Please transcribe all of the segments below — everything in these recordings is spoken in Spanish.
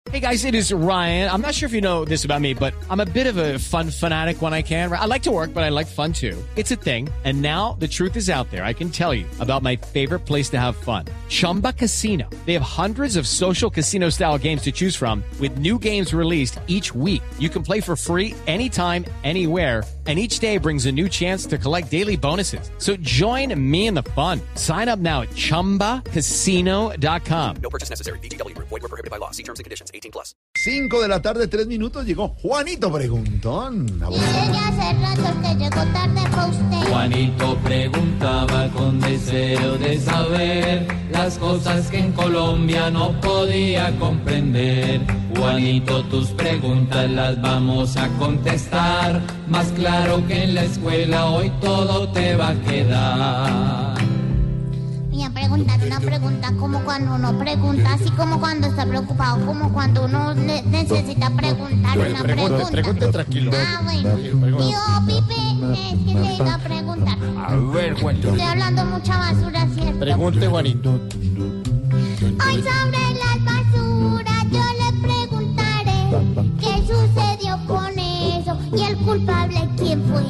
Hey guys, it is Ryan. I'm not sure if you know this about me, but I'm a bit of a fun fanatic when I can. I like to work, but I like fun too. It's a thing. And now the truth is out there. I can tell you about my favorite place to have fun. Chumba Casino. They have hundreds of social casino style games to choose from with new games released each week. You can play for free anytime, anywhere. And each day brings a new chance to collect daily bonuses. So join me in the fun. Sign up now at ChumbaCasino.com. No purchase necessary. VGW Group. Void where prohibited by law. See terms and conditions. 18+. 5 de la tarde, 3 minutos, llegó Juanito Preguntón. Y desde hace rato que llegó tarde pa' usted. Juanito preguntaba con deseo de saber las cosas que en Colombia no podía comprender. Juanito, tus preguntas las vamos a contestar. Más claro que en la escuela hoy todo te va a quedar. Voy a preguntar una pregunta como cuando uno pregunta, así como cuando está preocupado, como cuando uno necesita preguntar una pregunta. Pregunte tranquilo. Ah, bueno. Yo, Pipe, es que le iba a preguntar. A ver, Juanito. Estoy hablando mucha basura, ¿cierto? Pregunte, Juanito. Hoy sobre las basuras yo le preguntaré qué sucedió con eso y el culpable quién fue.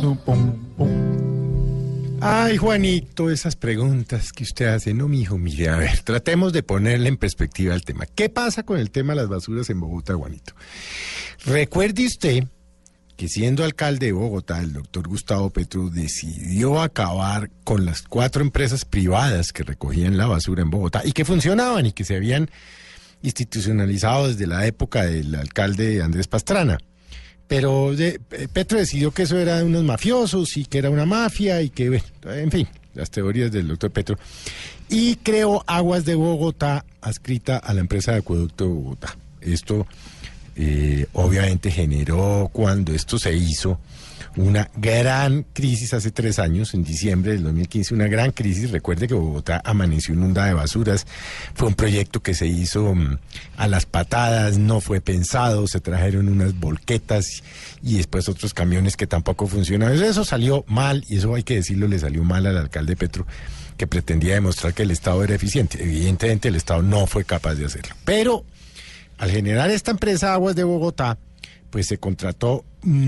Ay, Juanito, esas preguntas que usted hace, no, mijo, mire, a ver, tratemos de ponerle en perspectiva el tema. ¿Qué pasa con el tema de las basuras en Bogotá, Juanito? Recuerde usted que siendo alcalde de Bogotá, el doctor Gustavo Petro decidió acabar con las 4 empresas privadas que recogían la basura en Bogotá y que funcionaban y que se habían institucionalizado desde la época del alcalde Andrés Pastrana. Pero Petro decidió que eso era de unos mafiosos y que era una mafia y que, bueno, en fin, las teorías del doctor Petro. Y creó Aguas de Bogotá, adscrita a la empresa de Acueducto de Bogotá. Esto obviamente generó, cuando esto se hizo, una gran crisis hace 3 años, en diciembre del 2015, una gran crisis. Recuerde que Bogotá amaneció inundada de basuras. Fue un proyecto que se hizo a las patadas, no fue pensado, se trajeron unas volquetas y después otros camiones que tampoco funcionaban. Eso salió mal, y eso hay que decirlo, le salió mal al alcalde Petro, que pretendía demostrar que el Estado era eficiente. Evidentemente el Estado no fue capaz de hacerlo. Pero al generar esta empresa Aguas de Bogotá, pues se contrataron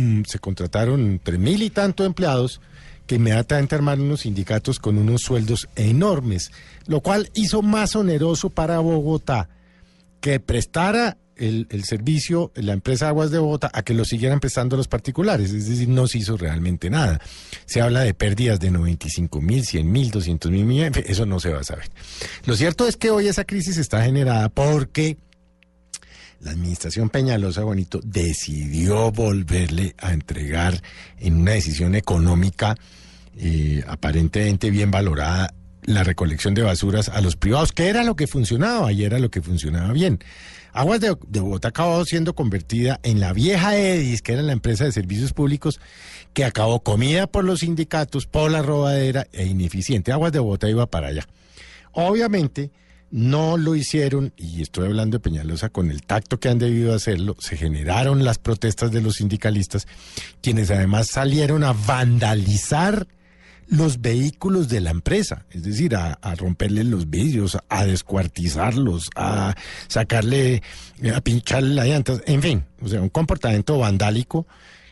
3.000 y tanto empleados que inmediatamente armaron unos sindicatos con unos sueldos enormes, lo cual hizo más oneroso para Bogotá que prestara el servicio, la empresa Aguas de Bogotá, a que lo siguieran prestando los particulares. Es decir, no se hizo realmente nada. Se habla de pérdidas de 95.000, 100.000, 200.000 millones, eso no se va a saber. Lo cierto es que hoy esa crisis está generada porque la administración Peñalosa, Juanito, decidió volverle a entregar, en una decisión económica aparentemente bien valorada, la recolección de basuras a los privados, que era lo que funcionaba y era lo que funcionaba bien. Aguas de Bogotá acabó siendo convertida en la vieja EDIS, que era la empresa de servicios públicos, que acabó comida por los sindicatos, por la robadera e ineficiente. Aguas de Bogotá iba para allá. Obviamente no lo hicieron, y estoy hablando de Peñalosa, con el tacto que han debido hacerlo. Se generaron las protestas de los sindicalistas, quienes además salieron a vandalizar los vehículos de la empresa, es decir, a romperle los vidrios, a descuartizarlos, a sacarle, a pincharle las llantas, en fin, o sea, un comportamiento vandálico.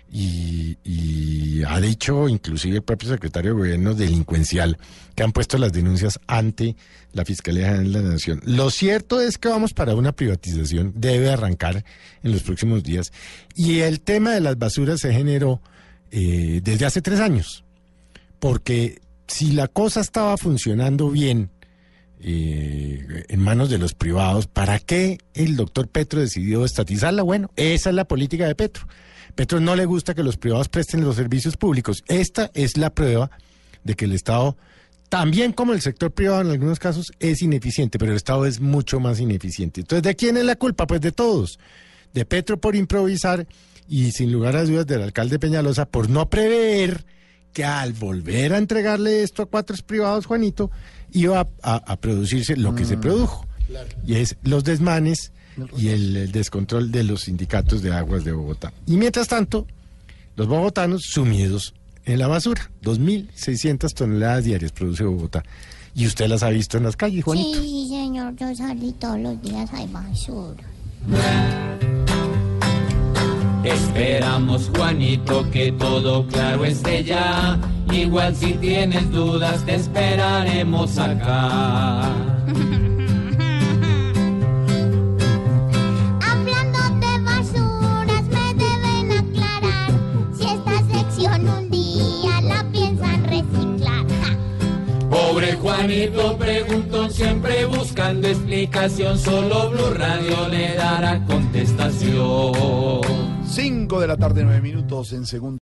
Y ha dicho inclusive el propio secretario de Gobierno, delincuencial, que han puesto las denuncias ante la Fiscalía General de la Nación. Lo cierto es que vamos para una privatización, debe arrancar en los próximos días, y el tema de las basuras se generó desde hace 3 años, porque si la cosa estaba funcionando bien en manos de los privados, ¿para qué el doctor Petro decidió estatizarla? Bueno, esa es la política de Petro. Petro no le gusta que los privados presten los servicios públicos. Esta es la prueba de que el Estado, también como el sector privado en algunos casos, es ineficiente, pero el Estado es mucho más ineficiente. Entonces, ¿de quién es la culpa? Pues de todos. De Petro por improvisar y, sin lugar a dudas, del alcalde Peñalosa por no prever que al volver a entregarle esto a 4 privados, Juanito, iba a producirse lo que se produjo. Claro. Y es los desmanes y el descontrol de los sindicatos de Aguas de Bogotá. Y mientras tanto, los bogotanos sumidos en la basura. 2.600 toneladas diarias produce Bogotá. ¿Y usted las ha visto en las calles, Juanito? Sí, señor, yo salí todos los días, hay basura. Esperamos, Juanito, que todo claro esté ya. Igual si tienes dudas te esperaremos acá. Hablando de basuras me deben aclarar si esta sección un día la piensan reciclar. Pobre Juanito preguntó, siempre buscando explicación. Solo Blue Radio le dará contestación. 5 de la tarde, 9 minutos en segundo.